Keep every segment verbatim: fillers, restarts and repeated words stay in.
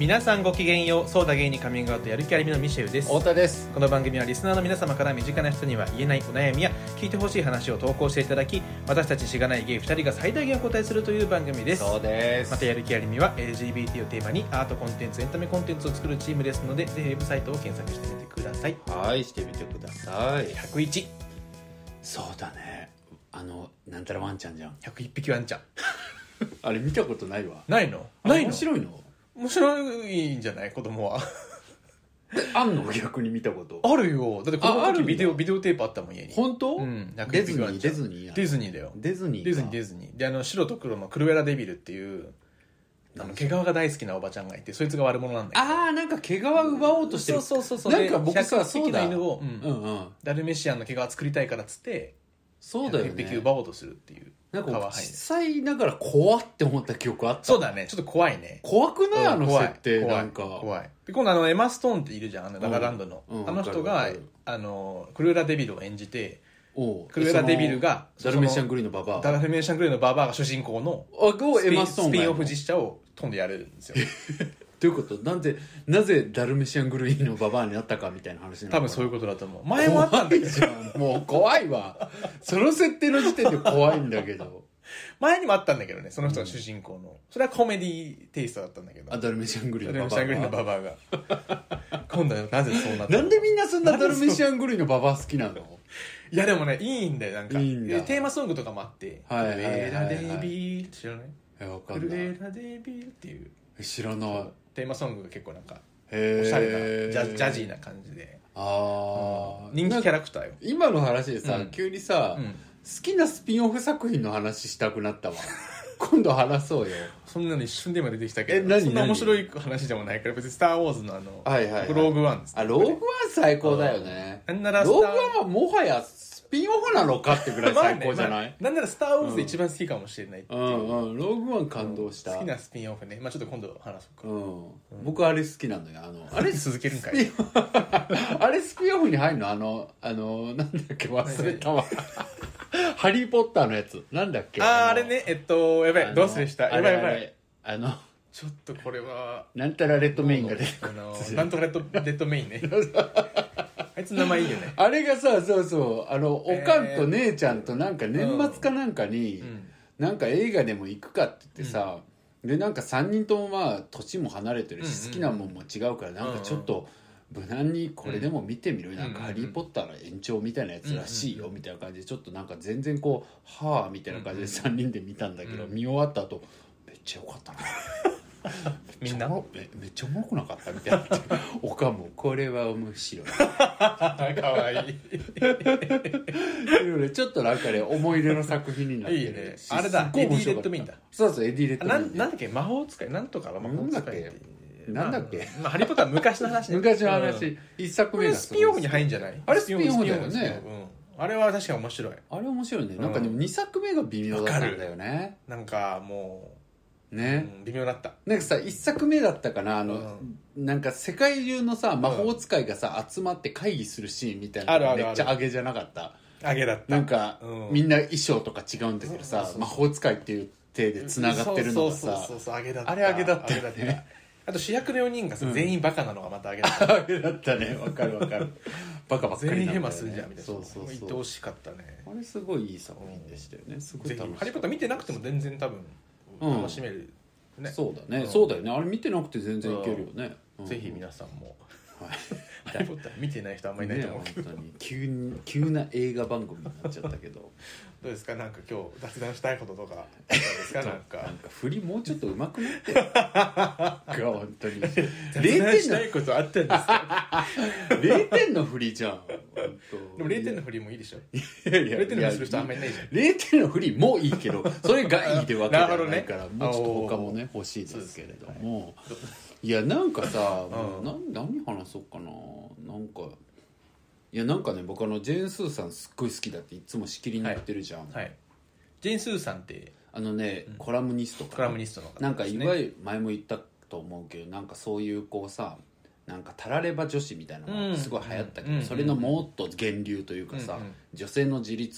皆さんごきげんよう。そうだゲイにカミングアウトやる気ありみのミシェルです。 太田です。 この番組はリスナーの皆様から身近な人には言えないお悩みや聞いてほしい話を投稿していただき、私たちしがないゲイふたりが最大限お答えするという番組です。 そうです。 またやる気ありみは エルジービーティー をテーマにアートコンテンツエンタメコンテンツを作るチームですので、ぜひウェブサイトを検索してみてください。 はいしてみてください。 ひゃくいち。 そうだね、あのなんたらワンちゃんじゃん。 ひゃくいっぴきワンちゃんあれ見たことないわ。 ないの？ないの？ 面白いの？ 面白いんじゃない？子供はあんの？逆に見たこと。 あるよ。だって子供のああるんだ時ビデオビデオテープあったもん家に。 本当？ うん。 ディズニーディズニーやディズニーだよ。 ディズニーディズニーディズニーで、あの白と黒のクルエラデビルっていうあの毛皮が大好きなおばちゃんがいて、そいつが悪者なんだけど。 ああ、なんか毛皮奪おうとしてる。 そうそうそうそう。 なんか僕さ、そうだ。 ひゃくいっぴきの犬を、 うんうんうん、 ダルメシアンの毛皮作りたいからっつってそうだよね、 ひゃくいっぴき奪おうとするっていう。 なんか実際ながら怖って思った記憶あった。 そうだね、ちょっと怖いね。 怖くない？あの設定。 怖いなんか怖い。で今度あのエマストーンっているじゃん、あのララランドの、 うんうん、 あの人があのクルエラデビルを演じて、 おクルエラデビルがダルメシャングリーンのババア、 ダルメシャングリーンのババアが主人公のスピン、スピンオフ実写を飛んでやるんですよどういうこと？なんでなぜダルメシャングリーンのババアになったかみたいな話なのかな。 多分そういうことだと思う。前もあったんだけどもう怖いわその設定の時点で怖いんだけど前にもあったんだけどね、その人が主人公の、うん、それはコメディテイストだったんだけど、 あダルメシャングリーンのババアダルメシャングリーンのババアが今度はなぜそうなったの？ なんでみんなそんなダルメシャングリーンのババア好きなの？ いやでもね、いいんだよ。なんかいいんだ。 テーマソングとかもあって、 はいはいはいはい、 クルエラデビーって知らない？ え、わかんない。 クルエラデビーっていう知らない。 テーマソングが結構なんかへおしゃれなジャ、ジャジーな感じで、 あ、 うん、人気キャラクターよ。 今の話でさ、うん、急にさ、うん、好きなスピンオフ作品の話したくなったわ今度話そうよ。 そんなの一瞬で今出てきたけど、 え、何そんな面白い話でもないから、別にスターウォーズのあの、 はいはいはい、 ローグワンです、 ね、あ、ローグワン最高だよね。 なんならローグワンはもはやスピンオフなのかってぐらい最高じゃない？まあね、 まあ、なんならスターウォーズで一番好きかもしれないっていう、 うんうん、ローグワン感動した、 うん、好きなスピンオフね。まあちょっと今度話そうか。 うん、うん、僕あれ好きなんだよ。あのあれ続けるんかいあれスピンオフに入るの？あのあのなんだっけ、忘れたわハリーポッターのやつなんだっけ？ ああ、あれね、えっとやばい、どうするした、やばいやばい、 あのちょっとこれはなんたらレッドメインが出てくる、 あのなんとかレッドレッドメインねあいつの名前いいよね。 あれがさ、そうそう、あのおかんと姉ちゃんとなんか年末かなんかに、うん、なんか映画でも行くかって言ってさ、うん、でなんかさんにんともまあ年も離れてるし、うんうん、好きなもんも違うからなんかちょっと、うんうん無難にこれでも見てみる、うん、なんかハリーポッターの延長みたいなやつらしいよみたいな感じで、ちょっとなんか全然こうはぁみたいな感じでさんにんで見たんだけど、うん、見終わった後めっちゃ良かったなみんなめ, めっちゃおもろくなかったみたいなおかもこれは面白いかわいいちょっとなんかね思い出の作品になってる。 いいね。あれだ、エディ・レッドメインだ。 そうそう、エディ・レッドメイン。 な, なんだっけ、魔法使いなんとかが魔法使いってなんだっけ、 まあ、ハリーポッターは昔の話、 ね、昔の話、うん、一作目がスピンオフに入るんじゃない？ あれスピンオフだよね、 うん、あれは確かに面白い。 あれ面白いね、うん、なんかでもにさくめが微妙だったんだよね。 なんかもうね、 うん、微妙だった。 なんかさいっさくめだったかな、あの、うん、なんか世界中のさ魔法使いがさ、うん、集まって会議するシーンみたいなのめっちゃ上げじゃなかった？ 上げだった。 なんか、うん、みんな衣装とか違うんだけどさ、そうそうそう、魔法使いっていう体でつながってるのがさ、 そうそうそう、上げだった。 あれ上げだったよね。 あと主役のよにんがさ、うん、全員バカなのがまたあげだった。あげだったね。わかるわかる。バカばっかりなんだよね。全員ヘマするじゃんみたいな。 そうそうそう。言ってほしかったね。 あれすごいいい作品でしたよね。すごい楽しい。 ハリーポッター見てなくても全然多分楽しめる、 うんね。そうだね、うん。そうだよね。あれ見てなくて全然いけるよね。 うん、ぜひ皆さんも。はい、ハリーポッター見てない人あんまりいないと思うけど、 ね、本当に急に急な映画番組になっちゃったけどどうですか、なんか今日雑談したいこととかあったんですかなんかなんか振りもうちょっと上手くなってよ本当に雑談したいことあったんですかれいてんの振りじゃん。 でもれいてんの振りもいいでしょ。いやいやれいてんの振りする人あんまりいないじゃん。 れいてんの振りもいいけどそれがいいでわけじゃないから、ね、もうちょっと他もね欲しいですけれども、いやなんかさ、うん、な何話そうかな。なんかいやなんかね、僕あのジェーン・スーさんすっごい好きだっていつもしきりに言ってるじゃん、 はいはい、ジェーン・スーさんってあのね、うん、コラムニストかな、 コラムニストの方ですね。 なんかいわゆる前も言ったと思うけど、なんかそういうこうさ、なんかタラレバ女子みたいなのがすごい流行ったけど、うん、それのもっと源流というかさ、うんうん、女性の自立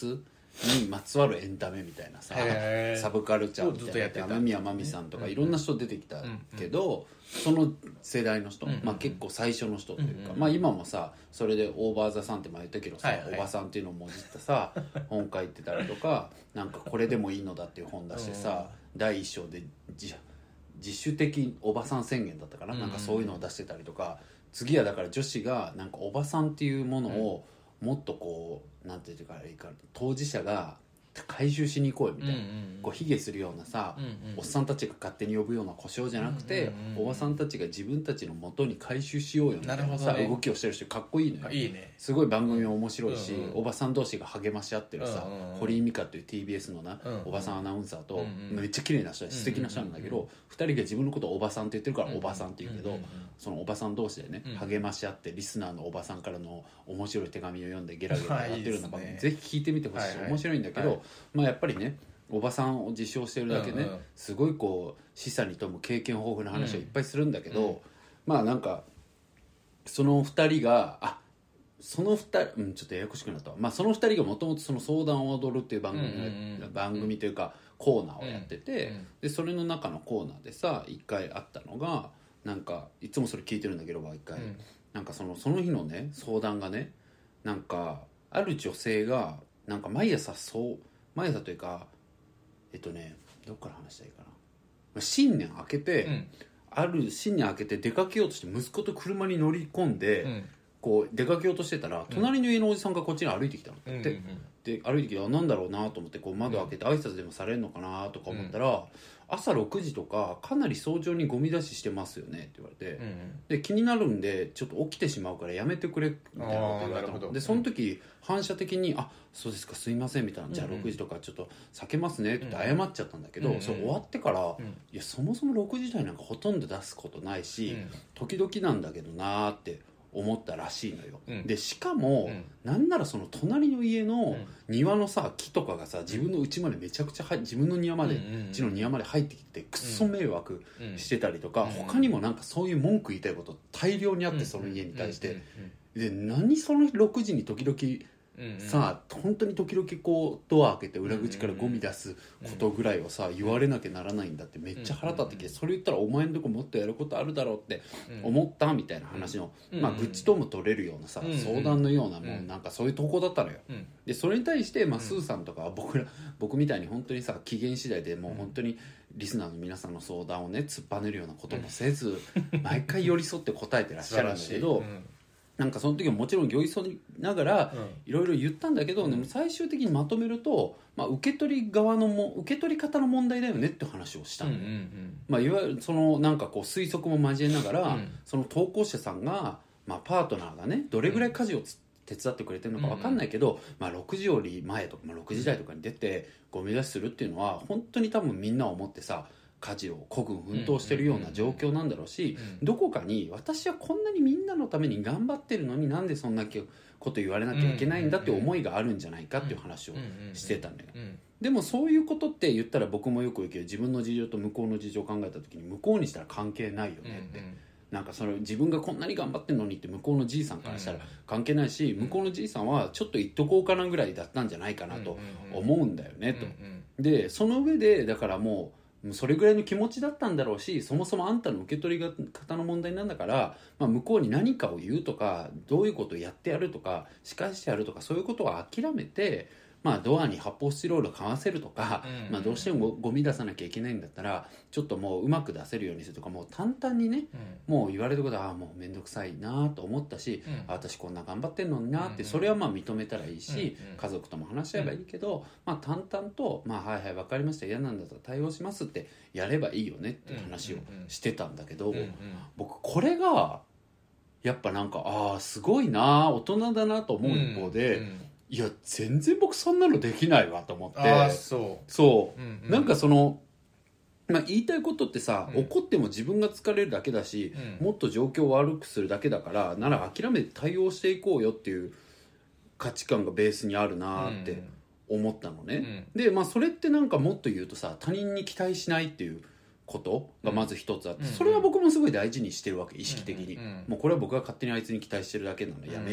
にまつわるエンタメみたいなさサブカルチャーみたいな雨宮真美さんとかいろんな人出てきたけど、その世代の人、まあ、結構最初の人というか、まあ、今もさそれでオーバーザさんって前言ったけどさ、はいはい、おばさんっていうのをもじったさ本書いてたりとかなんかこれでもいいのだっていう本出してさだいいっ章で自自主的おばさん宣言だったかな、なんかそういうのを出してたりとか、次はだから女子がなんかおばさんっていうものをもっとこうなんていうかいいか当事者が回収しに行こうよみたいな、うんうん、こう卑下するようなさ、うんうん、おっさんたちが勝手に呼ぶような故障じゃなくて、うんうんうん、おばさんたちが自分たちの元に回収しようよみたいなさ、ね、動きをしてる人かっこいいのよ。 いいね、 すごい番組も面白いし、うんうん、おばさん同士が励まし合ってるさ、うんうん、堀井美香という ティービーエス のな、うんうん、おばさんアナウンサーと、うんうん、めっちゃ綺麗な人で素敵な人なんだけど、うんうん、ふたりが自分のことをおばさんって言ってるからおばさんって言うけど、うんうんうん、そのおばさん同士でね、うん、励まし合ってリスナーのおばさんからの面白い手紙を読んでゲラゲラやってるのが、ね、ぜひ聞いてみてほしいし、はいはい、面白いんだけど、はい、まあやっぱりねおばさんを自称してるだけね、うんうん、すごいこう示唆に富む経験豊富な話をいっぱいするんだけど、うん、まあなんかそのふたりがあそのふたり、うん、ちょっとややこしくなったわ、まあ、そのふたりがもともとその相談を踊るっていう番組、うんうんうん、番組というかコーナーをやってて、うんうん、でそれの中のコーナーでさ一回あったのがなんかいつもそれ聞いてるんだけど毎回、うん、なんかそのその日のね相談がねなんかある女性がなんか毎朝そう毎朝というかえっとねどっから話したらいいかな、新年明けて、うん、ある新年明けて出かけようとして息子と車に乗り込んで、うん、こう出かけようとしてたら隣の家のおじさんがこっちに歩いてきたのって、うんうんうん、で歩いてきてなんだろうなと思ってこう窓開けて挨拶でもされるのかなとか思ったら、うん、朝ろくじとかかなり早朝にゴミ出ししてますよねって言われて、うんうん、で気になるんでちょっと起きてしまうからやめてくれみたいなこと言われたので、その時反射的にあそうですかすいませんみたいな、じゃあろくじとかちょっと避けますねって言って謝っちゃったんだけど、うんうん、それ終わってから、うん、いやそもそもろくじ台なんかほとんど出すことないし、うん、時々なんだけどなーって思ったらしいのよ、うん、でしかも、うん、なんならその隣の家の庭のさ木とかがさ自分の家までめちゃくちゃ自分の庭まで、うんうんうん、家の庭まで入ってきてくっそ迷惑してたりとか、うんうん、他にもなんかそういう文句言いたいこと大量にあって、その家に対して、で何そのろくじに時々うんうん、さあ本当に時々こうドア開けて裏口からゴミ出すことぐらいはさ、うんうん、言われなきゃならないんだってめっちゃ腹立ってきて、それ言ったらお前のとこもっとやることあるだろうって思ったみたいな話の、うんうん、まあ愚痴とも取れるようなさ、うんうん、相談のようなもうなんかそういう投稿だったのよ、うん、でそれに対して、まあ、スーさんとかは僕ら僕みたいに本当にさ機嫌次第でもう本当にリスナーの皆さんの相談をね突っぱねるようなこともせず、うん、毎回寄り添って答えてらっしゃるんだけどなんかその時ももちろん寄り添いながらいろいろ言ったんだけど、うん、でも最終的にまとめると、まあ、受け取り側のも受け取り方の問題だよねって話をしたの、うんうんうん、まあ、いわゆるそのなんかこう推測も交えながら、うん、その投稿者さんが、まあ、パートナーがねどれぐらい家事をつ、うん、手伝ってくれてるのか分かんないけど、うんうんまあ、ろくじより前とか、まあ、ろくじ台とかに出てゴミ出しするっていうのは本当に多分みんな思ってさ家事を孤軍奮闘してるような状況なんだろうし、どこかに私はこんなにみんなのために頑張ってるのになんでそんなこと言われなきゃいけないんだっていう思いがあるんじゃないかっていう話をしてたんだよ。でもそういうことって言ったら僕もよく言うけど自分の事情と向こうの事情を考えた時に向こうにしたら関係ないよねって、なんかその自分がこんなに頑張ってるのにって向こうのじいさんからしたら関係ないし、向こうのじいさんはちょっと言っとこうかなぐらいだったんじゃないかなと思うんだよねと。でその上でだからもうそれぐらいの気持ちだったんだろうし、そもそもあんたの受け取り方の問題なんだから、まあ、向こうに何かを言うとかどういうことをやってやるとか仕返してやるとかそういうことは諦めて、まあ、ドアに発泡スチロールを買わせるとか、うんうんまあ、どうしてもゴミ出さなきゃいけないんだったらちょっともううまく出せるようにするとか、もう淡々にね、うん、もう言われることはあもうめんどくさいなと思ったし、うん、あ私こんな頑張ってんのになって、それはまあ認めたらいいし、うんうん、家族とも話し合えばいいけど、まあ、淡々と、まあ、はいはい分かりました嫌なんだったら対応しますってやればいいよねって話をしてたんだけど、うんうんうん、僕これがやっぱなんかああすごいな大人だなと思う一方で、うんうんいや全然僕そんなのできないわと思って、 あそうそう、うんうん、なんかその、まあ、言いたいことってさ、うん、怒っても自分が疲れるだけだし、うん、もっと状況を悪くするだけだからなら諦めて対応していこうよっていう価値観がベースにあるなって思ったのね、うん、で、まあ、それってなんかもっと言うとさ他人に期待しないっていうことがまず一つあって、うん、それは僕もすごい大事にしてるわけ意識的に、うんうん、もうこれは僕が勝手にあいつに期待してるだけなのやめよう、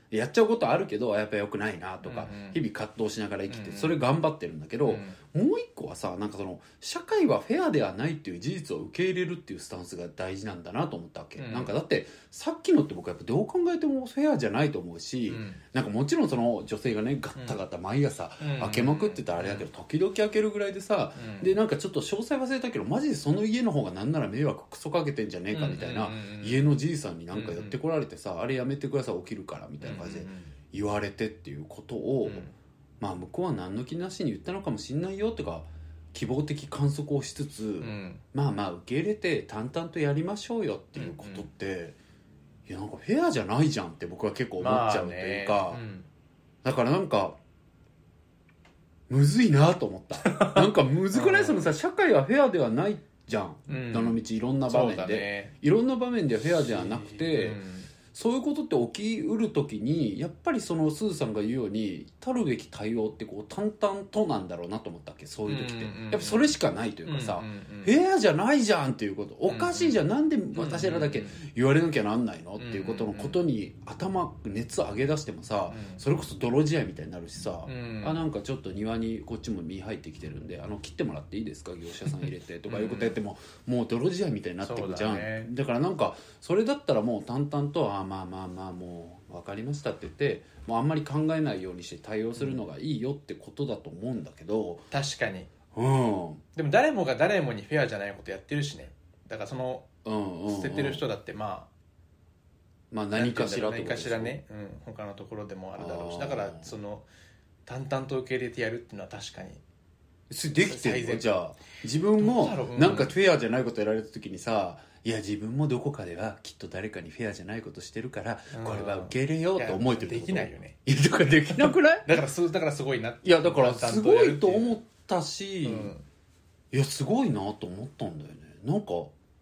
やっちゃうことあるけどやっぱ良くないなとか、 うんうん、 日々葛藤しながら生きて、 うんうん、 それ頑張ってるんだけど、 うん、 もう一個はさ、なんかその社会はフェアではないっていう事実を受け入れるっていうスタンスが大事なんだなと思ったわけ、うん、なんかだってさっきのって僕はやっぱどう考えてもフェアじゃないと思うし、うん、なんかもちろんその女性がねガッタガタ毎朝開けまくってたらあれだけど、時々開けるぐらいでさ、うん、でなんかちょっと詳細忘れたけどマジでその家の方がなんなら迷惑クソかけてんじゃねえかみたいな、家のじいさんになんかやってこられてさ、あれやめてください起きるからみたいな感じで言われてっていうことを、うん、まあ向こうは何の気なしに言ったのかもしんないよとか希望的観測をしつつ、うん、まあまあ受け入れて淡々とやりましょうよっていうことって、うんうん、いやなんかフェアじゃないじゃんって僕は結構思っちゃうというか、まあね、うん、だからなんかむずいなと思ったなんかむずくない、うん、そのさ社会はフェアではないじゃん、うん、どの道いろんな場面で、ね、いろんな場面ではフェアではなくて、うん、そういうことって起きうるときにやっぱりそのスーさんが言うようにたるべき対応ってこう淡々となんだろうなと思ったっけ、そういう時って、うんうんうん、やっぱそれしかないというかさ、うんうんうん、フェアじゃないじゃんっていうこと、おかしいじゃん、なんで私らだけ言われなきゃなんないのっていうことのことに頭熱上げ出してもさ、それこそ泥仕合みたいになるしさ、うん、あなんかちょっと庭にこっちも実入ってきてるんであの切ってもらっていいですか業者さん入れてとかいうことやってももう泥仕合みたいになってくじゃん、 だ,、ね、だからなんかそれだったらもう淡々とあまあまあまあもう分かりましたって言ってもうあんまり考えないようにして対応するのがいいよってことだと思うんだけど、 確かに、 うん、 でも誰もが誰もにフェアじゃないことやってるしね、だからその、うんうんうん、捨ててる人だってまあまあ何かしら何かしらね、うん、他のところでもあるだろうし、だからその淡々と受け入れてやるっていうのは確かにできてるの。じゃあ自分もなんかフェアじゃないことやられた時にさ、いや自分もどこかではきっと誰かにフェアじゃないことしてるからこれは受け入れようと思えてるってこと。 できないよね。 いやだからできなくないだからすだからすごいな。 いやだからすごいと思ったし、うん、いやすごいなと思ったんだよね。なんか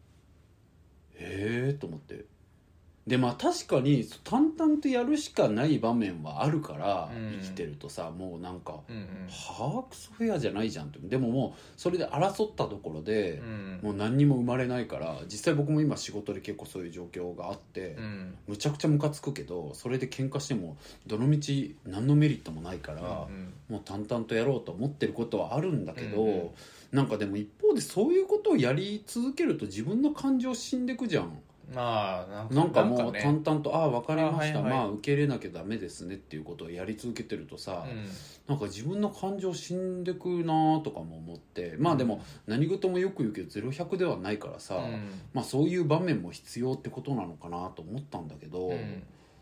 へえと思って。でまあ確かに淡々とやるしかない場面はあるから、うん、生きてるとさもうなんか、うんうん、はあクソフェアじゃないじゃんって。でももうそれで争ったところで、うん、もう何にも生まれないから、実際僕も今仕事で結構そういう状況があって、うん、むちゃくちゃムカつくけどそれで喧嘩してもどの道何のメリットもないから、うんうん、もう淡々とやろうと思ってることはあるんだけど、うんうん、なんかでも一方でそういうことをやり続けると自分の感情死んでくじゃん。 まあ、なんかなんかもう淡々と、ああ分かりました、はいはい、まあ受け入れなきゃダメですねっていうことをやり続けてるとさ、うん、なんか自分の感情死んでくなとかも思って、まあでも何事もよく言うけどゼロひゃくではないからさ、うん、まあそういう場面も必要ってことなのかなと思ったんだけど、うん、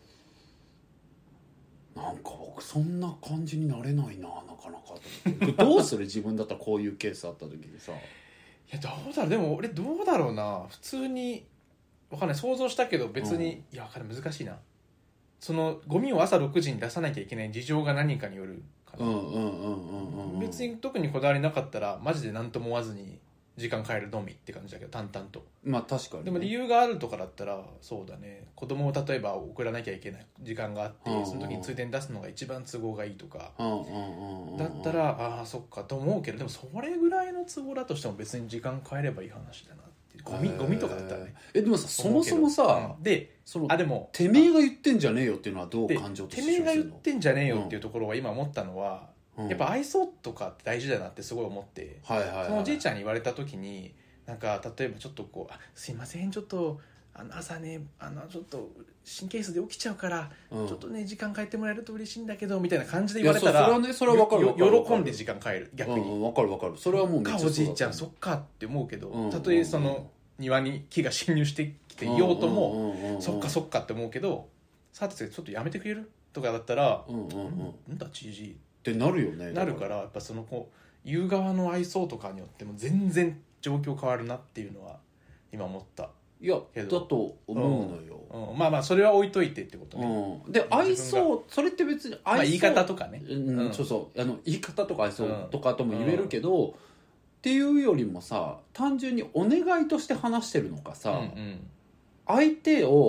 なんか僕そんな感じになれないななかなかと思ってどうする自分だったらこういうケースあった時にさいやどうだろう、でも俺どうだろうな、普通にわかんない、想像したけど別に、うん、いやわかんない、難しいな。そのゴミを朝ろくじに出さなきゃいけない事情が何かによるかな。別に特にこだわりなかったらマジで何とも思わずに時間変えるのみって感じだけど、淡々と。 まあ確かに、ね、 でも理由があるとかだったらそうだね、子供を例えば送らなきゃいけない時間があって、うんうん、その時に通電出すのが一番都合がいいとか、うんうんうんうん、だったらああそっかと思うけど、でもそれぐらいの都合だとしても別に時間変えればいい話だな。ゴミ、ゴミとかだったらね。えでもさそもそもさ、 うん、でそのあでもてめえが言ってんじゃねえよっていうのはどう感情としててめえが言ってんじゃねえよっていうところは今思ったのは、うん、やっぱ愛想とかって大事だなってすごい思って、はいはいはい、そのおじいちゃんに言われた時になんか例えばちょっとこうあすいませんちょっとあの朝ねあのちょっと神経質で起きちゃうから、うん、ちょっとね時間変えてもらえると嬉しいんだけどみたいな感じで言われたら、 それはねそれは分かる分かる喜んで時間変える逆に、 うん、分かる分かる、それはもうめっちゃそうだ、 おじいちゃんそっかって思うけど、うん、たとえその庭に木が侵入してきていようとも、うんうんうんうん、そっかそっかって思うけど、さてちょっとやめてくれるとかだったら、うんうんうん、んだちじいってなるよね。 なるからやっぱそのこう言う側の愛想とかによっても全然状況変わるなっていうのは今思った。 いやだと思うのよ、 うんうん、まあまあそれは置いといてってことね、 うん、で愛想それって別に愛想、まあ、 言い方とかね、 うんうん、そうそうあの言い方とか愛想とかとも言えるけど、うん、っていうよりもさ単純にお願いとして話してるのかさ、うんうん、相手を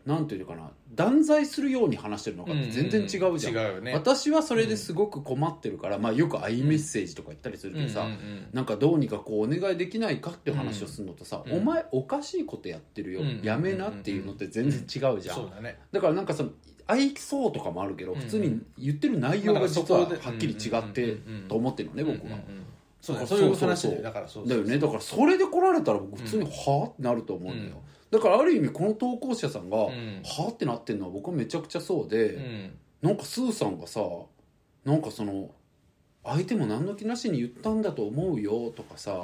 なんていうのかな、断罪するように話してるのかって全然違うじゃん、うんうん、違うよね。 私はそれですごく困ってるから、うん、まあよく i メッセージとか言ったりするけどさ、うんうんうん、なんかどうにかこうお願いできないかっていう話をするのとさ、うん、お前おかしいことやってるよ、うん、やめなっていうのって全然違うじゃん、うん、そうだね。だからなんかその愛想とかもあるけど、普通に言ってる内容が実ははっきり違ってと思ってるのね、僕は。 そうだ、そういう話だからそうだよね。だからそれで来られたら僕普通にはぁってなると思うのよ、うん、だからある意味この投稿者さんが、うん、はぁってなってるのは僕はめちゃくちゃそうで、うん、なんかスーさんがさ、なんかその相手も何の気なしに言ったんだと思うよとかさ、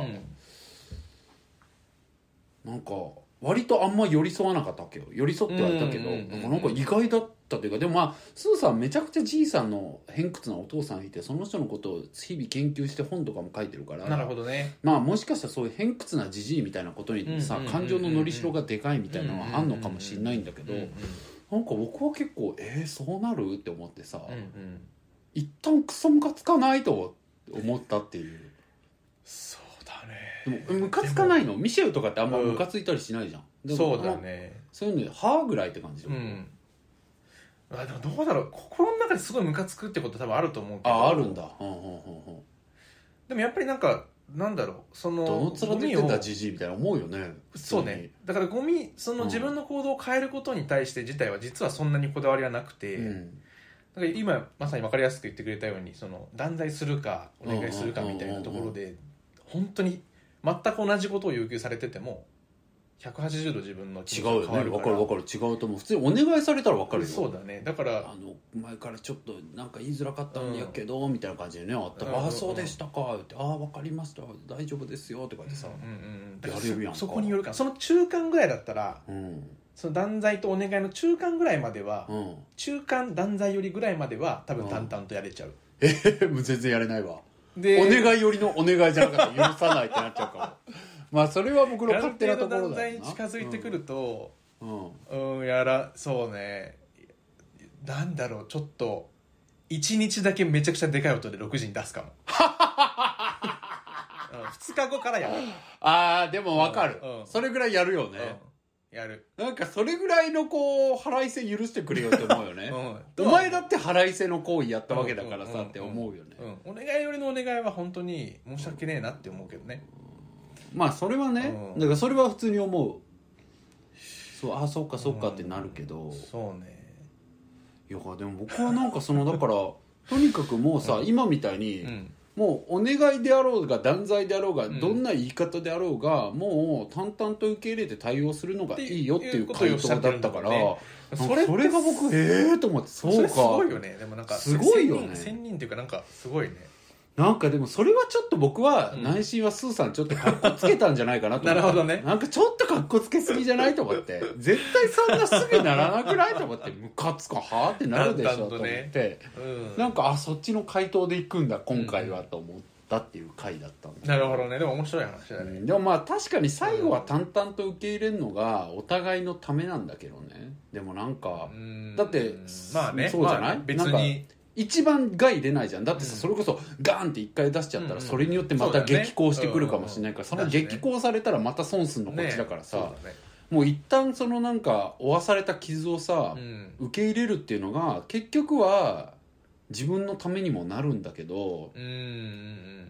うん、なんか割とあんま寄り添わなかったわけよ。寄り添ってはいたけど、うんうんうんうん、なんか意外だったというか、でもまあスーさんめちゃくちゃじいさんの偏屈なお父さんいて、その人のことを日々研究して本とかも書いてるから、 なるほどね。 まあもしかしたらそういう偏屈なじじいみたいなことにさ、うんうんうんうん、感情ののりしろがでかいみたいなのはあんのかもしれないんだけど、うんうんうん、なんか僕は結構えー、そうなるって思ってさ、うんうん、一旦クソムカつかないと思ったっていう。 そうだね。 でもムカつかないの？ミシェルとかってあんまムカついたりしないじゃん。 でもそうだね。 そういうのではぁぐらいって感じで、うん、 あでもどうだろう、心の中ですごいムカつくってこと多分あると思うけど。 ああるんだ、うんうんうんうん、 でもやっぱりなんかなんだろう、そのどの面出てんだジジイみたいな思うよね。 そうね。だからゴミ、その自分の行動を変えることに対して自体は実はそんなにこだわりはなくて、うん、だから今まさに分かりやすく言ってくれたように、その断罪するかお願いするかみたいなところで本当に全く同じことを要求されててもひゃくはちじゅうど自分の気持ちが変わるから。違うよね。分かる分かる。違うと思う。普通にお願いされたら分かるよ。 そうだね。だからあの前からちょっとなんか言いづらかったんやけど、うん、みたいな感じでねあったら、うん、ああそうでしたかって、ああ分かりました大丈夫ですよって感じでさ、うんうんうん、やれるやんか。 そこによるか。その中間ぐらいだったら、うん、その断罪とお願いの中間ぐらいまでは、うん、中間断罪よりぐらいまでは多分淡々とやれちゃう、うん、 えー、もう全然やれないわ。でお願いよりのお願いじゃなかったら許さないってなっちゃうかもまあそれは僕の勝手なところだよな。 断罪に近づいてくると、うんうんうん、やらそうね、なんだろう、ちょっといちにちだけめちゃくちゃでかい音でろくじに出すかもふつかごからやる。 あーでも分かる、うんうん、それぐらいやるよね、 うん、やる。 なんかそれぐらいのこう払いせ許してくれよって思うよね、うん、お前だって払いせの行為やったわけだからさって思うよね、 うんうんうんうん、お願いよりのお願いは本当に申し訳ねえなって思うけどね。 まあそれはね、うん、だからそれは普通に思う。そう、ああそうかそうかってなるけど、うん、 そうね。 いやでも僕はなんかそのだからとにかくもうさ、うん、今みたいに、うん、もうお願いであろうが断罪であろうが、うん、どんな言い方であろうがもう淡々と受け入れて対応するのがいいよっていう回答だったから、それそれが僕ええー、と思って、そうか、それすごいよね。でもなんかすごいよね。 仙人っていうかなんかすごいね。 なんかでもそれはちょっと僕は内心はスーさんちょっとカッコつけたんじゃないかなと思ってなるほどね。なんかちょっとカッコつけすぎじゃないと思って絶対そんなすぐならなくないと思ってムカつかはーってなるでしょと思って、うん、なんかあそっちの回答でいくんだ今回はと思ったっていう回だったんだ。なるほどね。でも面白い話だね、 うん、でもまあ確かに最後は淡々と受け入れるのがお互いのためなんだけどね。でもなんかだってまあね、 そうじゃない、まあね、 別に一番害出ないじゃん。だってさ、うん、それこそガーンって一回出しちゃったら、それによってまた激高してくるかもしれないから、その激高されたらまた損すんのこっちだからさ、ね、もう一旦そのなんか負わされた傷をさ、うん、受け入れるっていうのが結局は自分のためにもなるんだけど、うん、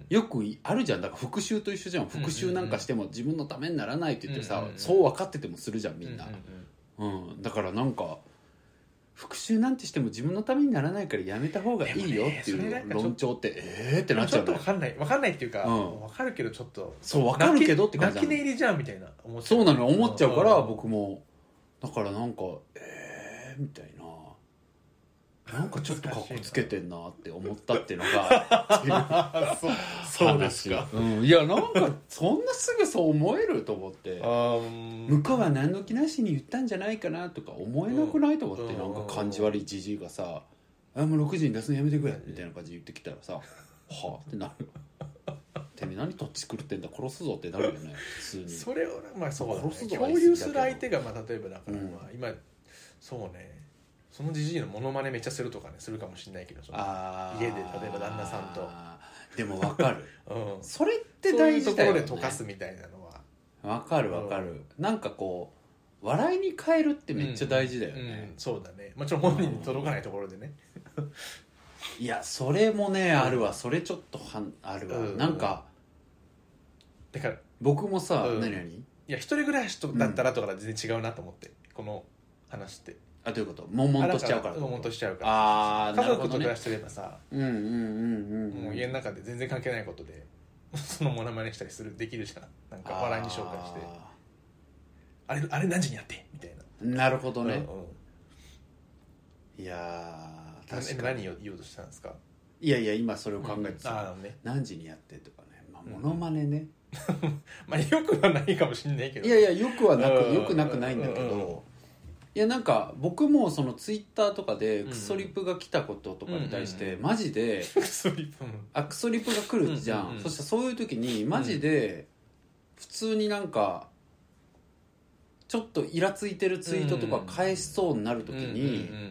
よくあるじゃん。だから復讐と一緒じゃん。復讐なんかしても自分のためにならないって言ってさ、うんうんうん、そう分かっててもするじゃんみんな、うんうんうん、だからなんか復讐なんてしても自分のためにならないからやめた方がいいよっていう論調ってえーってなっちゃう。 ちょっと分かんない分かんないっていうか、うん、分かるけどちょっとそう分かるけどって感じ泣き寝入りじゃんみたいな思っちゃう。 そうなの思っちゃうから、うん、僕もだからなんかえーみたいな、なんかちょっとカッコつけてんなって思ったっていうのがそうそうですか、 うん、いやなんかそんなすぐそう思えると思って向こうは何の気なしに言ったんじゃないかなとか思えなくないと思って、うん、なんか感じ悪いじじいがさあもうろくじに出すのやめてくれみたいな感じで言ってきたらさはぁってなるてめえ何とっち狂ってんだ殺すぞってなるよね普通に。 それをまあそうだ、ね、殺すぞ共有する相手がまあ例えばだから、まあ、今そうねそのじじいのモノマネめっちゃするとかねするかもしれないけど、その家で例えば旦那さんとでも分かる、 うん、 それって大事だよね。 そういうところで溶かすみたいなのは分かる分かる、うん、なんかこう笑いに変えるってめっちゃ大事だよね、 うんうん、そうだね。もちろん本人に届かないところでねいやそれもね、うん、あるわ。それちょっとはあるわ、うん、なんかだから僕もさ、 うん、 何々いや一人暮らしとだったらとか全然違うなと思って、うん、この話ってあどういうこと？悶々としちゃうから悶々としちゃうからあ家族と暮らしてればさ、 うんうんうんうん、 もう家の中で全然関係ないことでそのモノマネしたりするできるじゃん。なんか笑いに紹介してあれあれ何時にやってみたいな。 なるほどね、 うんうん、いや確かに何を言おうとしたんですか？ いやいや今それを考えてた、 うんあね、 何時にやってとかね、まあ、モノマネね、 うん、まあよくはないかもしんないけど、 いやいやよくはなくよくなくないんだけど、うんうんうん、いやなんか僕もそのツイッターとかでクソリプが来たこととかに対してマジでクソリプあクソリプが来るじゃん、うんうん、そしたらそういう時にマジで普通になんかちょっとイラついてるツイートとか返しそうになる時に、うんうんうん、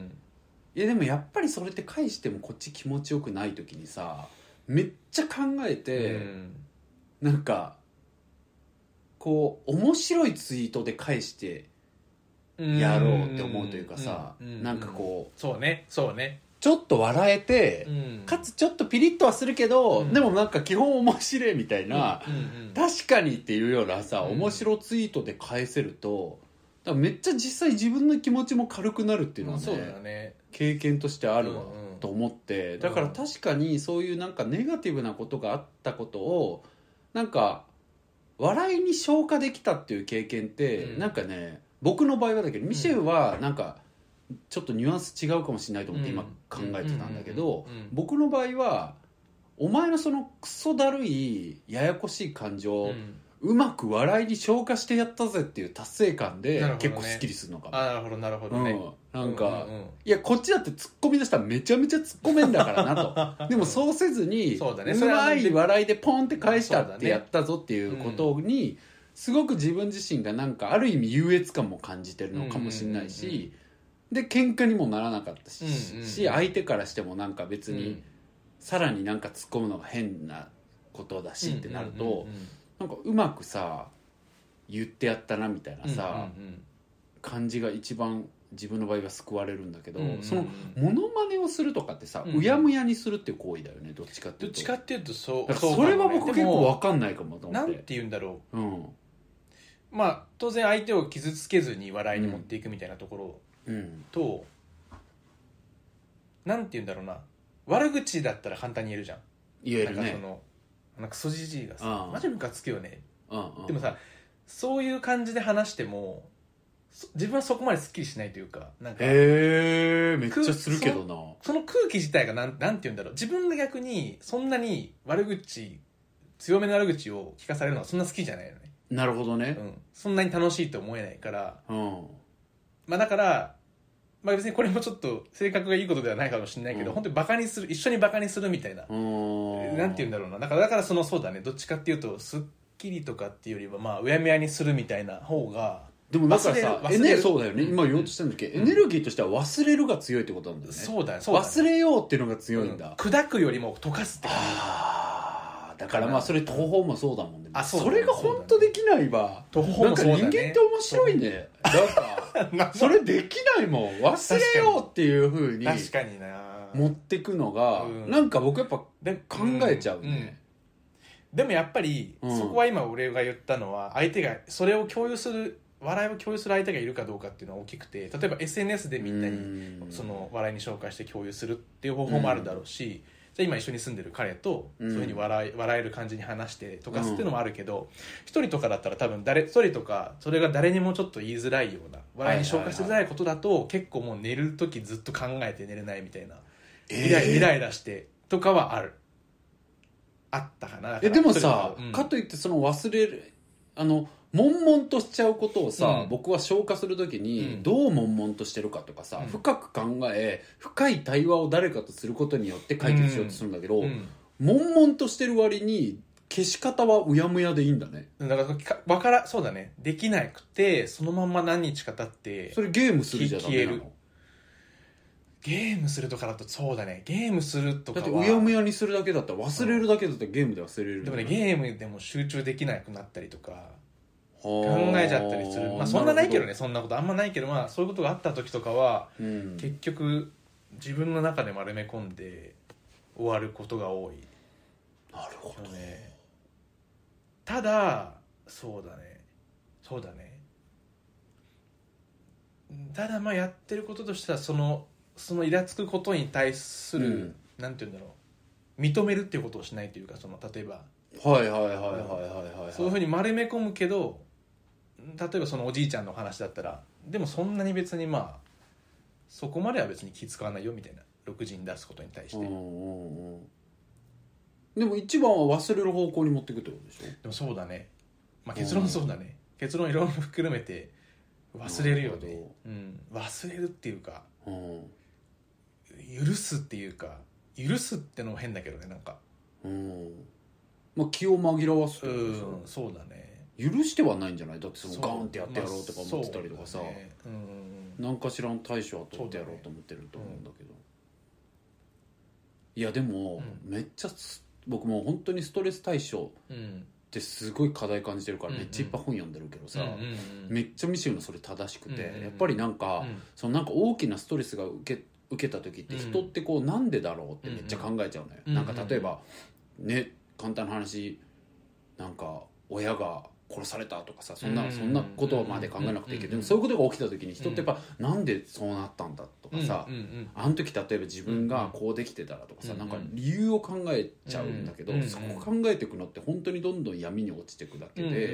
いやでもやっぱりそれって返してもこっち気持ちよくない時にさめっちゃ考えて、うん、なんかこう面白いツイートで返してやろうって思うというかさ、うんうんうん、なんかこうそうねそうねちょっと笑えて、うん、かつちょっとピリッとはするけど、うん、でもなんか基本面白いみたいな、うんうんうん、確かにっていうようなさ、うん、面白ツイートで返せるとだからめっちゃ実際自分の気持ちも軽くなるっていうのは ね,、うん、そうだね経験としてあるわ、うんうん、と思ってだから確かにそういうなんかネガティブなことがあったことをなんか笑いに消化できたっていう経験って、うん、なんかね僕の場合はだけどミシェルはなんか、うんちょっとニュアンス違うかもしれないと思って今考えてたんだけど僕の場合はお前のそのクソだるいややこしい感情をうまく笑いに消化してやったぜっていう達成感で結構スッキリするのかも。 なるほどなるほどね、 うん、なんか、うんうんうん、いやこっちだって突っ込み出したらめちゃめちゃ突っ込めんだからなとでもそうせずにそうだね、うまい笑いでポンって返したってやったぞっていうことにすごく自分自身がなんかある意味優越感も感じてるのかもしれないし、うんうんうんうんで喧嘩にもならなかったし、うんうん、し相手からしてもなんか別にさらになんか突っ込むのが変なことだしってなると、うんうんうんうん、なんかうまくさ言ってやったなみたいなさ、うんうんうん、感じが一番自分の場合は救われるんだけど、うんうんうん、そのモノマネをするとかってさ、うんうん、うやむやにするっていう行為だよねどっちかっていうと。 どっちかっていうとそうだからそれは僕結構分かんないかもと思って。 なんて言うんだろう、 うん、 まあ当然相手を傷つけずに笑いに持っていくみたいなところ、うんうん、となんて言うんだろうな悪口だったら簡単に言えるじゃん言えるね。 なんかそのなんかクソじじいがさマジムカつくよね、 うんうん、 でもさそういう感じで話しても自分はそこまですっきりしないというかなんかへーめっちゃするけどなそ, その空気自体がなんなんて言うんだろう自分が逆にそんなに悪口強めの悪口を聞かされるのはそんな好きじゃないのね。 なるほどね、 うん、そんなに楽しいと思えないから、 うんまあ、だから、まあ、別にこれもちょっと性格がいいことではないかもしれないけど、うん、本当にバカにする一緒にバカにするみたいななんて言うんだろうなだからだからそのそうだねどっちかっていうとスッキリとかっていうよりはまあうやむやにするみたいな方がでもだからさエネそうだよね、うん、今言おうとしたんだけど、うん、エネルギーとしては忘れるが強いってことなんだよね。 そうだよそうだね忘れようっていうのが強いんだ、うん、 砕くよりも溶かすって感じ。 あだからまあそれ途方もそうだもんね。 あそうそれが本当できないわ。途方もそうだね。なんか人間って面白いね。なんかそれできないもん忘れようっていう風に確かにな持ってくのが、うん、なんか僕やっぱ考えちゃうね、うんうんでもやっぱり、うん、そこは今俺が言ったのは相手がそれを共有する笑いを共有する相手がいるかどうかっていうのは大きくて例えば エスエヌエス でみんなにその笑いに紹介して共有するっていう方法もあるだろうし、うん、じゃあ今一緒に住んでる彼とそういうふうに笑い、笑える感じに話してとかっていうのもあるけど一、うん、人とかだったら多分誰一人とかそれが誰にもちょっと言いづらいような笑いに消化しづらいことだと、はいはいはい、結構もう寝る時ずっと考えて寝れないみたいな、えー、イライライラしてとかはあるあったかな。 えでもさ、うん、かといってその忘れるあの悶々としちゃうことをさ、うん、僕は消化するときに、うん、どう悶々としてるかとかさ、うん、深く考え深い対話を誰かとすることによって解決しようとするんだけど、うん、悶々としてる割に消し方はうやむやでいいんだね。 だからわからそうだねできなくてそのまんま何日か経ってそれゲームするじゃダメなの。 ゲームするとかだとそうだねゲームするとかはだってうやむやにするだけだったら忘れるだけだったらゲームで忘れる、 でもねゲームでも集中できなくなったりとか考えちゃったりする。まあそんなないけどね、そんなことあんまないけど、まあそういうことがあった時とかは、うん、結局自分の中で丸め込んで終わることが多い。 なるほどね。ただそうだねそうだねただまあやってることとしてはそのそのイラつくことに対する、うん、なんて言うんだろう、認めるっていうことをしないというか、その例えばはいはいはいはいはいはい、 そういうふうに丸め込むけど、例えばそのおじいちゃんの話だったら、でもそんなに別にまあそこまでは別に気使わないよみたいな、ろくじに出すことに対して、うんうんうん、 でも一番は忘れる方向に持っていくってことでしょ。 でもそうだね、まあ、結論そうだね、うん、結論いろいろ含めて忘れるよね、うん、忘れるっていうか、うん、許すっていうか、許すってのも変だけどね、なんか、 うん、まあ、気を紛らわすってことでしょ、 うん、そうだね、 許してはないんじゃない。だってそのガーンってやってやろうとか思ってたりとかさ、まあね、うん、なんかしらの対処は取ってやろうと思ってると思うんだけど、ね、うん、いやでも、うん、めっちゃ僕も本当にストレス対処ってすごい課題感じてるから、めっちゃいっぱい本読んでるけどさ、うんうん、めっちゃミシェルのそれ正しくて、うんうん、やっぱりなんか、うん、そのなんか大きなストレスが受け、受けた時って人ってこうなんでだろうってめっちゃ考えちゃうのよ、うんうん、なんか例えばね、簡単な話、なんか親が殺されたとかさ、そんな、そんなことまで考えなくていいけど、でもそういうことが起きた時に人ってやっぱ、うん、なんでそうなったんだとかさ、うんうんうん、あの時例えば自分がこうできてたらとかさ、うんうん、なんか理由を考えちゃうんだけど、うんうん、そこ考えていくのって本当にどんどん闇に落ちていくだけで、うんうんうん、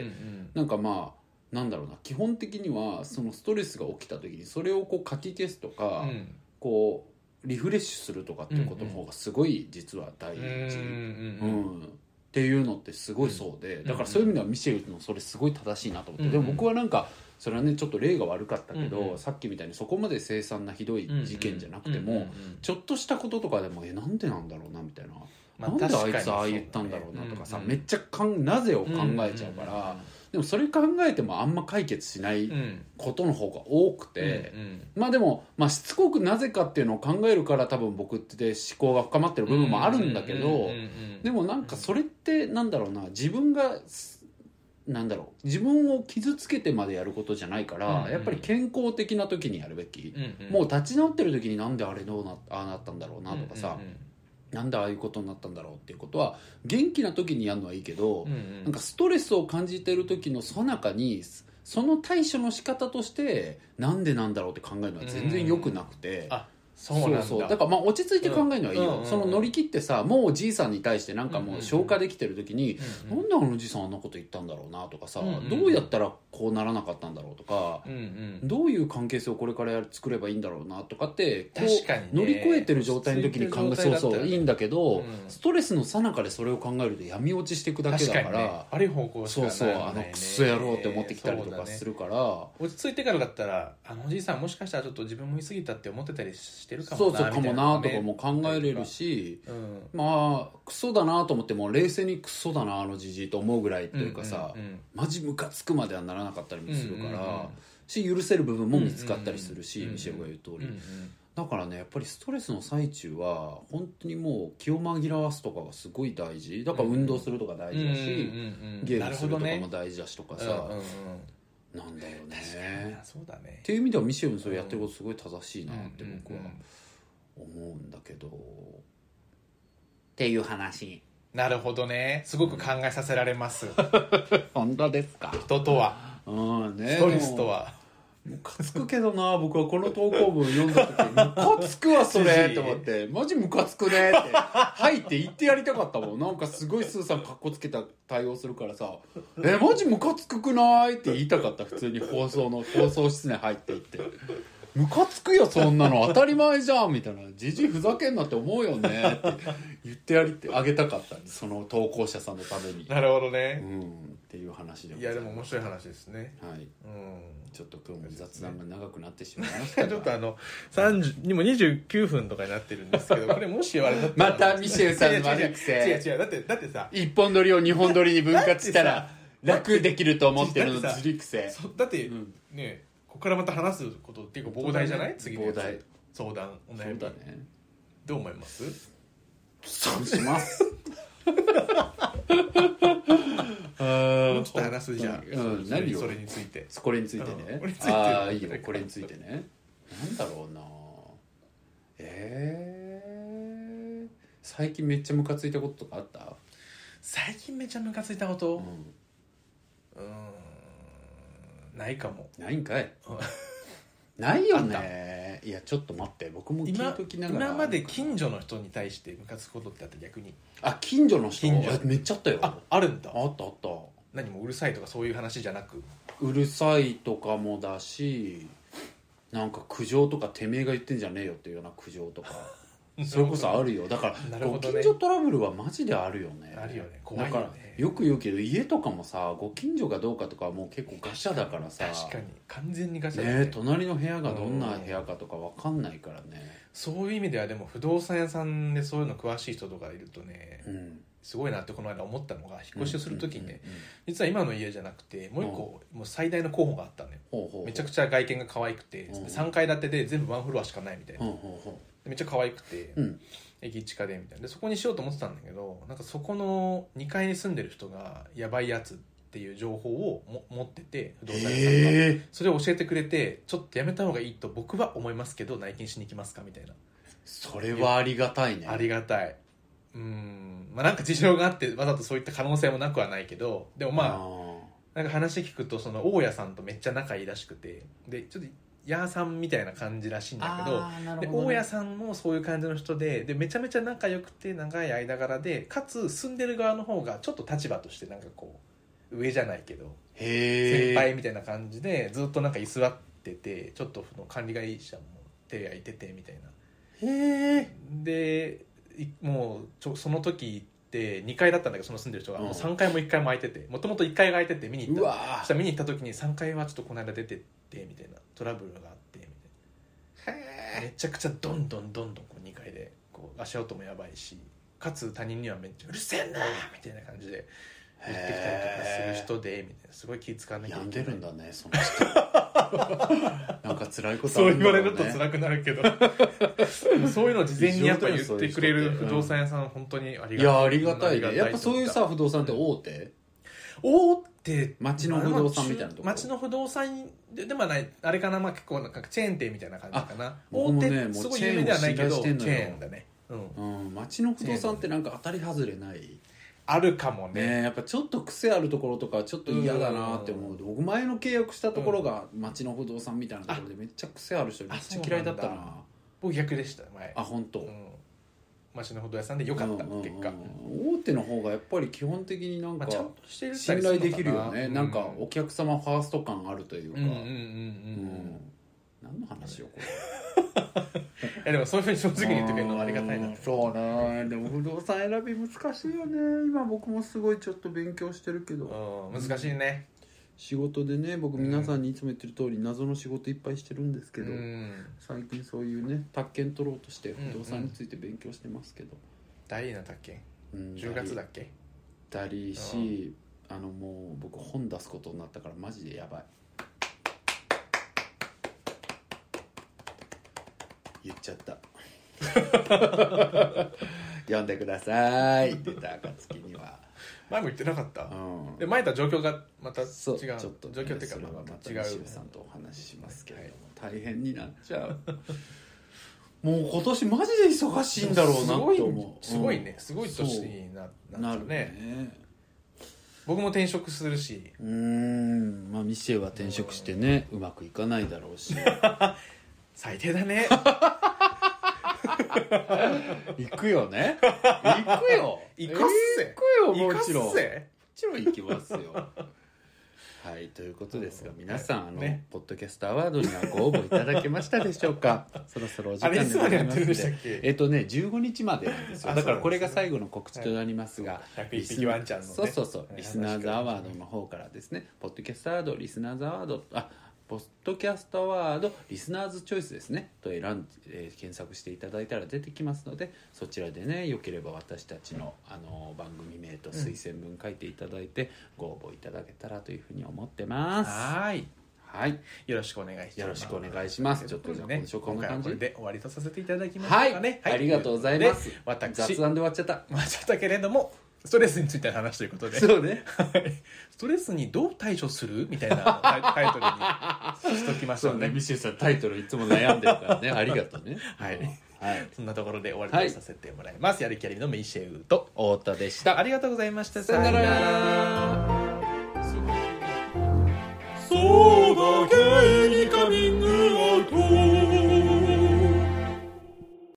なんかまあなんだろうな、基本的にはそのストレスが起きた時にそれをこう書き消すとか、うん、こうリフレッシュするとかっていうことの方がすごい実は大事、うんうんうんうんっていうのってすごいそうで、だからそういう意味ではミシェルのそれすごい正しいなと思って、うん、でも僕はなんかそれはねちょっと例が悪かったけど、うんうん、さっきみたいにそこまで凄惨なひどい事件じゃなくても、うんうん、ちょっとしたこととかでもえなんでなんだろうなみたいな、まあ、なんであいつああ言ったんだろうなとかさ、うんうん、めっちゃかんなぜを考えちゃうから、うんうんうん、でもそれ考えてもあんま解決しないことの方が多くて、うんうん、まあでも、まあ、しつこくなぜかっていうのを考えるから多分僕って思考が深まってる部分もあるんだけど、でもなんかそれってなんだろうな、自分がなんだろう自分を傷つけてまでやることじゃないから、うんうん、やっぱり健康的な時にやるべき、うんうん、もう立ち直ってる時になんであれどうなああなったんだろうなとかさ、うんうんうん、なんでああいうことになったんだろうっていうことは元気な時にやるのはいいけど、うんうん、なんかストレスを感じてる時の最中にその対処の仕方としてなんでなんだろうって考えるのは全然良くなくて、うん、あそうなんだ。そうそうだからまあ落ち着いて考えるのはいいよ、うんうんうんうん、その乗り切ってさ、もうおじいさんに対してなんかもう消化できてる時に、うんうんうん、なんであのおじいさんあんなこと言ったんだろうなとかさ、うんうんうん、どうやったらこうならなかったんだろうとか、うんうん、どういう関係性をこれから作ればいいんだろうなとかってこう確かに、ね、 乗り越えてる状態の時に考えそうそういいんだけど、うん、ストレスの最中でそれを考えると闇落ちしていくだけだから、ね、 悪い方向しかない、ね、 そうそうあのクソ野郎って思ってきたりとかするから、ね、 落ち着いてからだったらあのおじいさんもしかしたらちょっと自分も言い過ぎたって思ってたりしてるかもな、 そうそうかもなとかも考えれるし、うん、まあクソだなと思っても冷静にクソだなあのじじいと思うぐらいというかさ、うんうんうん、マジムカつくまではならなかったりもするから、うんうんうん、し許せる部分も見つかったりするし、うんうんうん、ミシェルが言う通り、うんうん、だからねやっぱりストレスの最中は本当にもう気を紛らわすとかがすごい大事だから、運動するとか大事だし、うんうんうんうん、ゲームするとかも大事だしとかさ、うんうんうんなんだよね。 そうだね。 っていう意味ではミシェルのそれやってることすごい正しいなって僕は思うんだけど、っていう話。 なるほどね。すごく考えさせられます。 本当ですか。 人とは、 うんね、 ストレスとは。 ムカつくけどな、僕はこの投稿文読んだ時ムカつくわそれと思ってマジムカつくねってはいって言ってやりたかったもん。なんかすごいスーさんカッコつけた対応するからさえマジムカつくくないって言いたかった。普通に放送の放送室に入っていってムカつくよそんなの当たり前じゃんみたいな、ジジイふざけんなって思うよねって言ってやりってあげたかったんです、その投稿者さんのために。 なるほどね、 うん、っていう話でございます。いやでも面白い話ですね。 はい、うん、ちょっと今日も雑談が長くなってしまいましたちょっとあのさんじゅうにもにじゅうきゅうふんとかになってるんですけどこれもし言われたらまたミシェルさんの悪い癖違う違う違うだってだってさ一本撮りを二本撮りに分割したら楽できると思ってるのずり癖だって、うん、ねここからまた話すこと結構膨大じゃない、ね、次のやつ膨大相談お悩み、 そうだね、 どう思います？ そうしますもうちょっと話すじゃん、 うん、何をそれについてこれについてね、 うん、これについてああいいよこれについてねなんだろうなえー、最近めっちゃムカついたこととかあった？ 最近めっちゃムカついたこと、うん、うーんないかも。 ないんかいないよね。いやちょっと待って僕も聞いときながら今, 今まで近所の人に対してムカつくことってあった？逆にあ近所の人近所めっちゃあったよ。 ああるんだ。 あったあった。 何もうるさいとかそういう話じゃなくうるさいとかもだしなんか苦情とかてめえが言ってんじゃねえよっていうような苦情とかそれこそあるよ。だから、ね、ご近所トラブルはマジであるよね。 あるよね。怖いよね。だからよく言うけど家とかもさご近所がどうかとかはもう結構ガシャだからさ。 確かに完全にガシャだね, ね隣の部屋がどんな部屋かとか分かんないからね。 そういう意味ではでも不動産屋さんでそういうの詳しい人とかいるとね、うん、すごいなってこの間思ったのが引っ越しをする時にね、うんうんうんうん、実は今の家じゃなくてもう一個、うん、もう最大の候補があったのよ。ほうほうほうめちゃくちゃ外見が可愛くて、うん、さんかい建てで全部ワンフロアしかないみたいな、うん、めっちゃ可愛くて、うん駅近でみたいなでそこにしようと思ってたんだけどなんかそこのにかいに住んでる人がやばいやつっていう情報をも持ってて不動産屋さんがそれを教えてくれてちょっとやめた方がいいと僕は思いますけど内見しに行きますかみたいな。 それはありがたいね。 ありがたい。うーんまあなんか事情があってわざとそういった可能性もなくはないけどでもまあなんか話聞くとその大家さんとめっちゃ仲いいらしくてでちょっとヤーさんみたいな感じらしいんだけど、で大家さんもそういう感じの人 で, でめちゃめちゃ仲良くて長い間柄でかつ住んでる側の方がちょっと立場としてなんかこう上じゃないけど先輩みたいな感じでずっとなんか居座っててちょっとその管理会社も手焼いててみたいな。へーでもうちょその時ってにかいだったんだけどその住んでる人が、うん、もうさんかいもいっかいも空いててもともといっかいが空いてて見に行った。うわそしたら見に行った時にさんかいはちょっとこの間出てってみたいなトラブルがあってみたいな。へめちゃくちゃどんどんどんどんこうにかいでこう足音もやばいしかつ他人にはめっちゃうるせえなみたいな感じで言ってきたりとかする人でみたいなすごい気使わなきゃいけない。病んでるんだねその人なんか辛いことあるんだろうね。そう言われると辛くなるけどそういうのを事前にやっぱ言ってくれる不動産屋さん本当にありがたい。いやありがたいね。やっぱそういうさ不動産って大手大手町の不動産みたいなところ町の不動産ででもないあれかな、まあ、結構なんかチェーン店みたいな感じかな。大手、ね、すごい有名ではないけどチェーンだね。うんうん、町の不動産ってなんか当たり外れないあるかも ね, ねやっぱちょっと癖あるところとかちょっと嫌だなって思う。僕前の契約したところが町の不動産みたいなところでめっちゃ癖ある人めっちゃ嫌いだったな。僕逆でした前。あ本当。うん、町の不動産屋さんで良かった、うんうんうん、結果大手の方がやっぱり基本的になんか信頼できるよね、うん、なんかお客様ファースト感あるというか、うんうんうんうん、何の話よこれいやでもそういうふうに正直に言ってくれるのはありがたいな。そうね。でも不動産選び難しいよね。今僕もすごいちょっと勉強してるけど、うん、難しいね。仕事でね僕皆さんにいつも言ってる通り謎の仕事いっぱいしてるんですけど、うん、最近そういうね宅建取ろうとして不動産について勉強してますけど、ダリーな宅建、うん、じゅうがつだっけダリーし、うん、あのもう僕本出すことになったからマジでやばい。言っちゃった読んでくださいって言った暁には前も言ってなかった、うん、で前とは状況がまた違うちょっと、ね、状況っていうかそれはまた違う西尾さんとお話ししますけれども、はい、大変になっちゃうもう今年マジで忙しいんだろうなって思う。すごいねすごい年になっちゃう ね, ね僕も転職するしうーん、まあ、ミシェは転職してねうまくいかないだろうし最低だね行くよね行くよ行くっせ行くよもちろんもちろん行きますよはいということですが皆さん、はい、あの、ね、ポッドキャストアワードにはご応募いただけましたでしょうかそろそろお時間でございますのでえっとねじゅうごにちまでなんですよ。だからこれが最後の告知となりますが、はい、ひゃくいっぴきワンちゃんの、ね、そうそうそうリスナーズアワードの方からですねポッドキャストアワードリスナーズアワードあポッドキャストアワードリスナーズチョイスですねと選ん、えー、検索していただいたら出てきますのでそちらでねよければ私たちの、あの番組名と推薦文書いていただいて、うん、ご応募いただけたらというふうに思ってます。はいはいよろしくお願いします。よろしくお願いします。ちょっとじゃあね今回はこれで終わりとさせていただきますかね、はい、はい、ありがとうございます。私雑談で終わっちゃった終わっちゃったけれどもストレスについての話ということで、 そうね。 ストレスにどう対処するみたいなタイタイトルにしときましょうね。 そうね、ミシェルさんタイトルいつも悩んでるからね。ありがとうね。 はい、 はい。 そんなところで終わりとさせてもらいます。やる気ありのミシェウと太田でした。 ありがとうございました。 さよなら。